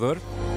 Explicador.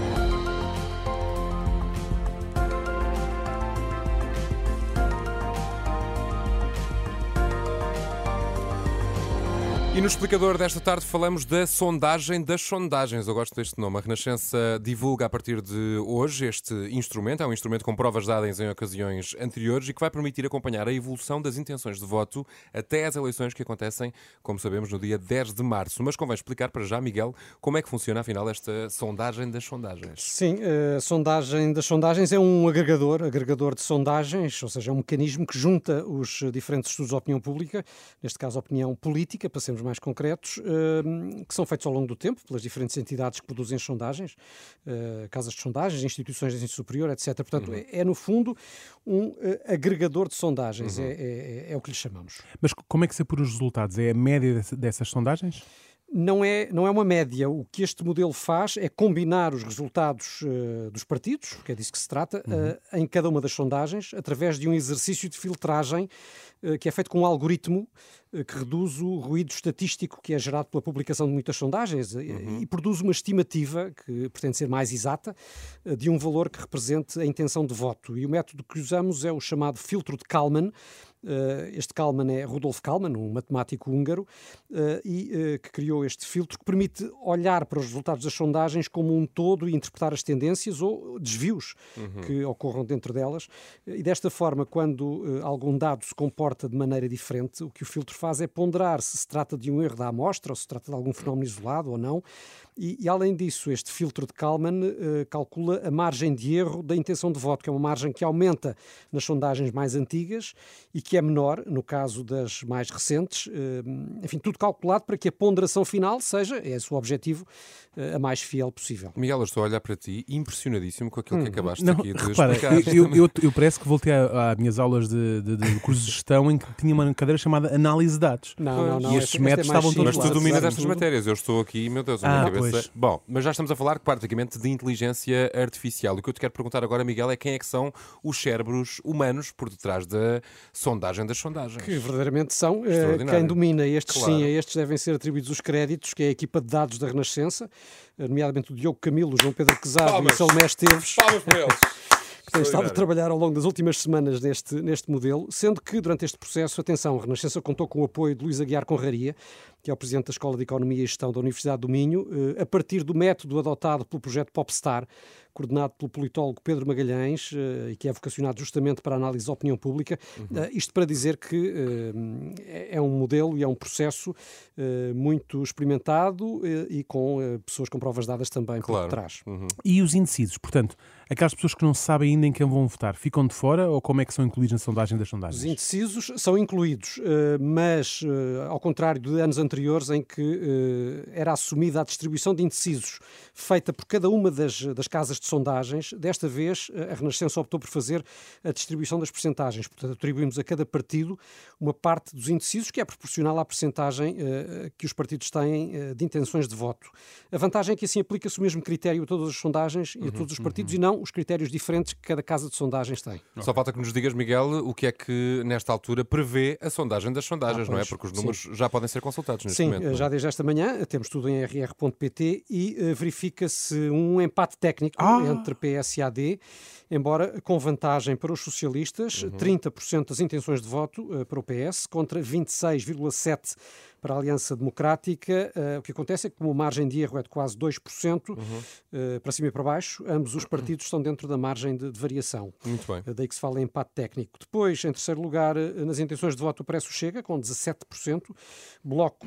E no Explicador desta tarde falamos da sondagem das sondagens. Eu gosto deste nome. A Renascença divulga a partir de hoje este instrumento. É um instrumento com provas dadas em ocasiões anteriores e que vai permitir acompanhar a evolução das intenções de voto até às eleições que acontecem, como sabemos, no dia 10 de março. Mas convém explicar para já, Miguel, como é que funciona, afinal, esta sondagem das sondagens. Sim, a sondagem das sondagens é um agregador de sondagens, ou seja, é um mecanismo que junta os diferentes estudos de opinião pública, neste caso a opinião política, para sermos mais concretos, que são feitos ao longo do tempo pelas diferentes entidades que produzem as sondagens, casas de sondagens, instituições de ensino superior, etc. Portanto, é no fundo um agregador de sondagens, é o que lhe chamamos. Mas como é que se apura os resultados? É a média dessas sondagens? Não é uma média. O que este modelo faz é combinar os resultados dos partidos, porque é disso que se trata, em cada uma das sondagens, através de um exercício de filtragem que é feito com um algoritmo que reduz o ruído estatístico que é gerado pela publicação de muitas sondagens e produz uma estimativa, que pretende ser mais exata, de um valor que represente a intenção de voto. E o método que usamos é o chamado filtro de Kalman. Este Kalman é Rudolf Kalman, um matemático húngaro, que criou este filtro que permite olhar para os resultados das sondagens como um todo e interpretar as tendências ou desvios que ocorram dentro delas. E desta forma, quando algum dado se comporta de maneira diferente, o que o filtro faz é ponderar se trata de um erro da amostra ou se trata de algum fenómeno isolado ou não. E além disso, este filtro de Kalman calcula a margem de erro da intenção de voto, que é uma margem que aumenta nas sondagens mais antigas e que é menor no caso das mais recentes. Enfim, tudo calculado para que a ponderação final seja, é esse o objetivo, a mais fiel possível. Miguel, eu estou a olhar para ti impressionadíssimo com aquilo que acabaste Não, aqui de repara, explicar. eu parece que voltei às minhas aulas de curso de gestão em que tinha uma cadeira chamada Análise de Dados. Não. E estes métodos estavam todos Mas lá. tu dominas estas matérias, eu estou aqui, meu Deus, a minha cabeça... Pois. Bom, mas já estamos a falar praticamente de inteligência artificial. O que eu te quero perguntar agora, Miguel, é quem é que são os cérebros humanos por detrás da sondagem das sondagens. Que verdadeiramente são Extraordinário. quem domina estes, Claro. sim, a estes devem ser atribuídos os créditos, que é a equipa de dados da Renascença, nomeadamente o Diogo Camilo, o João Pedro Quezado e o Palmas. Salomé Esteves, Palmas para eles! que têm estado a trabalhar ao longo das últimas semanas neste modelo, sendo que durante este processo, atenção, a Renascença contou com o apoio de Luís Aguiar Conraria, que é o Presidente da Escola de Economia e Gestão da Universidade do Minho, a partir do método adotado pelo projeto Popstar, coordenado pelo politólogo Pedro Magalhães, e que é vocacionado justamente para a análise da opinião pública. Isto para dizer que é um modelo e é um processo muito experimentado e com pessoas com provas dadas também por trás. E os indecisos, portanto, aquelas pessoas que não sabem ainda em quem vão votar, ficam de fora ou como é que são incluídos na sondagem das sondagens? Os indecisos são incluídos, mas ao contrário de anos anteriores em que era assumida a distribuição de indecisos feita por cada uma das casas de sondagens, desta vez a Renascença optou por fazer a distribuição das percentagens. Portanto, atribuímos a cada partido uma parte dos indecisos que é proporcional à percentagem que os partidos têm de intenções de voto. A vantagem é que assim aplica-se o mesmo critério a todas as sondagens e a todos os partidos e não os critérios diferentes que cada casa de sondagens tem. Só falta que nos digas, Miguel, o que é que nesta altura prevê a sondagem das sondagens, não é? Porque os números já podem ser consultados neste momento. Sim, já desde esta manhã temos tudo em rr.pt e verifica-se um empate técnico entre PS e AD, embora com vantagem para os socialistas, 30% das intenções de voto para o PS contra 26,7% para a Aliança Democrática. O que acontece é que, como a margem de erro é de quase 2%, para cima e para baixo, ambos os partidos estão dentro da margem de variação. Muito bem. Daí que se fala em empate técnico. Depois, em terceiro lugar, nas intenções de voto, aparece o Chega, com 17%, Bloco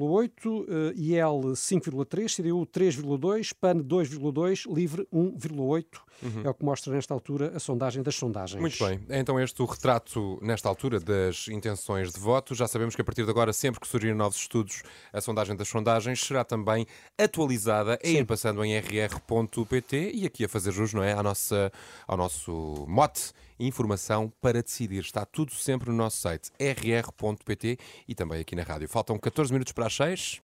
7,8%, IL 5,3%, CDU 3,2%, PAN 2,2%, LIVRE 1,8%. É o que mostra nesta altura a sondagem das sondagens. Muito bem. É então este o retrato, nesta altura, das intenções de voto. Já sabemos que a partir de agora, sempre que surgirem novos estudos, a sondagem das sondagens será também atualizada a ir passando em rr.pt e aqui a fazer jus, não é, ao nosso mote, informação para decidir. Está tudo sempre no nosso site rr.pt e também aqui na rádio. Faltam 14 minutos para as 6.